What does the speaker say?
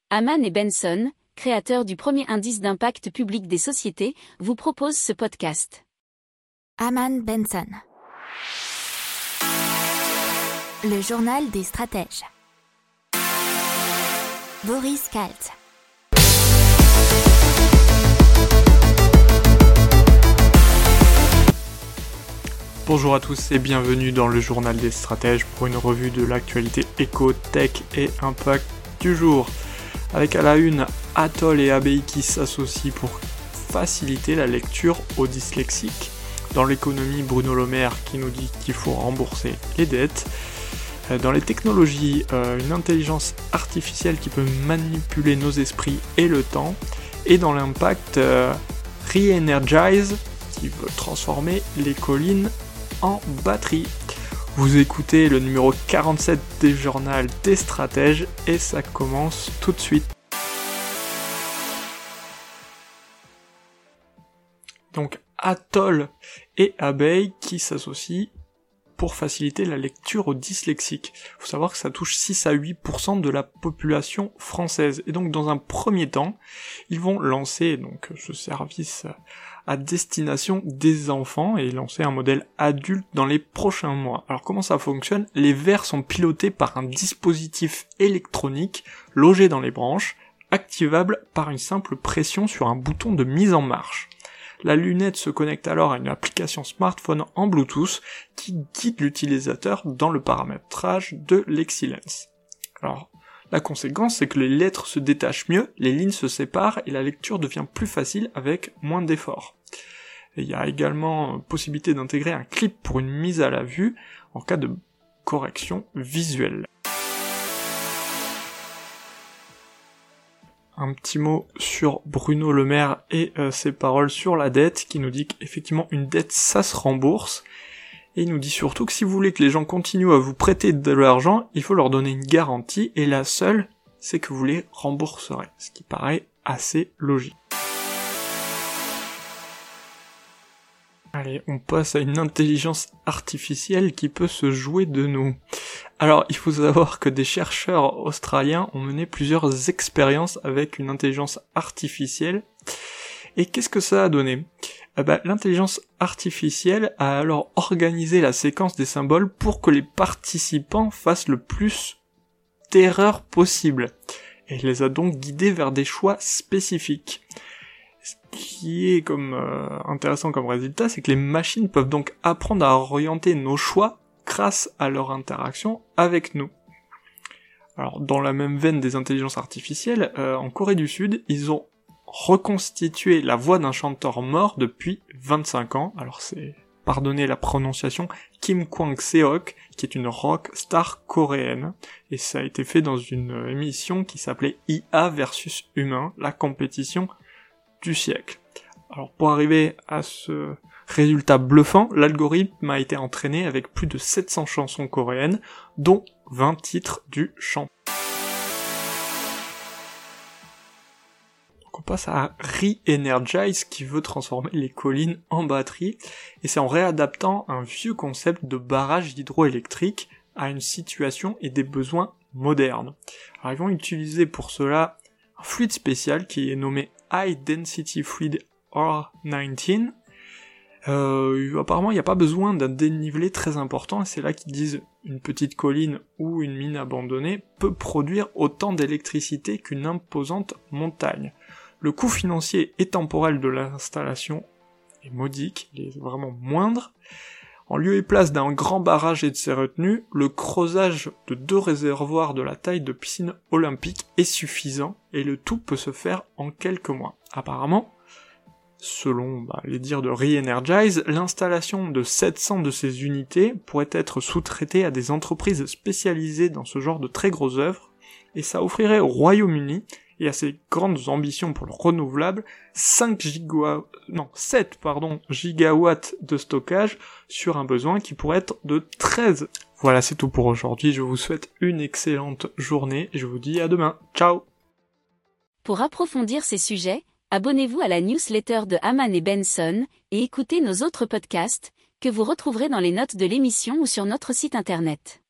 Hamann et Benson, créateurs du premier indice d'impact public des sociétés, vous proposent ce podcast. Hamann Benson. Le journal des stratèges. Boris Kalt. Bonjour à tous et bienvenue dans le journal des stratèges pour une revue de l'actualité éco, tech et impact du jour. Avec à la une Atoll et ABI qui s'associent pour faciliter la lecture aux dyslexiques. Dans l'économie, Bruno Le Maire qui nous dit qu'il faut rembourser les dettes. Dans les technologies, une intelligence artificielle qui peut manipuler nos esprits et le temps. Et dans l'impact, Re-Energize qui veut transformer les collines en batterie. Vous écoutez le numéro 47 des journal des stratèges et ça commence tout de suite. Donc Atoll et Abeille qui s'associent pour faciliter la lecture aux dyslexiques. Il faut savoir que ça touche 6 à 8% de la population française. Et donc dans un premier temps, ils vont lancer donc ce service à destination des enfants et lancer un modèle adulte dans les prochains mois. Alors comment ça fonctionne ? Les verres sont pilotés par un dispositif électronique logé dans les branches, activable par une simple pression sur un bouton de mise en marche. La lunette se connecte alors à une application smartphone en Bluetooth qui guide l'utilisateur dans le paramétrage de l'Excellence. Alors, la conséquence, c'est que les lettres se détachent mieux, les lignes se séparent et la lecture devient plus facile avec moins d'efforts. Il y a également possibilité d'intégrer un clip pour une mise à la vue en cas de correction visuelle. Un petit mot sur Bruno Le Maire et ses paroles sur la dette, qui nous dit qu'effectivement une dette ça se rembourse, et il nous dit surtout que si vous voulez que les gens continuent à vous prêter de l'argent, il faut leur donner une garantie, et la seule, c'est que vous les rembourserez, ce qui paraît assez logique. Allez, on passe à une intelligence artificielle qui peut se jouer de nous. Alors, il faut savoir que des chercheurs australiens ont mené plusieurs expériences avec une intelligence artificielle. Et qu'est-ce que ça a donné ? L'intelligence artificielle a alors organisé la séquence des symboles pour que les participants fassent le plus d'erreurs possible. Et les a donc guidés vers des choix spécifiques. Ce qui est intéressant comme résultat, c'est que les machines peuvent donc apprendre à orienter nos choix grâce à leur interaction avec nous. Alors, dans la même veine des intelligences artificielles, en Corée du Sud, ils ont reconstitué la voix d'un chanteur mort depuis 25 ans. Alors pardonnez la prononciation, Kim Kwang-seok, qui est une rock star coréenne. Et ça a été fait dans une émission qui s'appelait IA versus Humain, la compétition du siècle. Alors pour arriver à ce résultat bluffant, l'algorithme a été entraîné avec plus de 700 chansons coréennes, dont 20 titres du chant. Donc on passe à Re-Energize qui veut transformer les collines en batterie, et c'est en réadaptant un vieux concept de barrage hydroélectrique à une situation et des besoins modernes. Alors ils vont utiliser pour cela un fluide spécial qui est nommé High Density Fluid R19. Apparemment il n'y a pas besoin d'un dénivelé très important, et c'est là qu'ils disent une petite colline ou une mine abandonnée peut produire autant d'électricité qu'une imposante montagne. Le coût financier et temporel de l'installation est modique, il est vraiment moindre. En lieu et place d'un grand barrage et de ses retenues, le creusage de 2 réservoirs de la taille de piscine olympique est suffisant, et le tout peut se faire en quelques mois. Apparemment, selon les dires de Re-Energize, l'installation de 700 de ces unités pourrait être sous-traitée à des entreprises spécialisées dans ce genre de très grosses œuvres, et ça offrirait au Royaume-Uni et à ses grandes ambitions pour le renouvelable 7 gigawatts de stockage sur un besoin qui pourrait être de 13. Voilà, c'est tout pour aujourd'hui, je vous souhaite une excellente journée et je vous dis à demain. Ciao. Pour approfondir ces sujets, abonnez-vous à la newsletter de Hamann et Benson et écoutez nos autres podcasts que vous retrouverez dans les notes de l'émission ou sur notre site internet.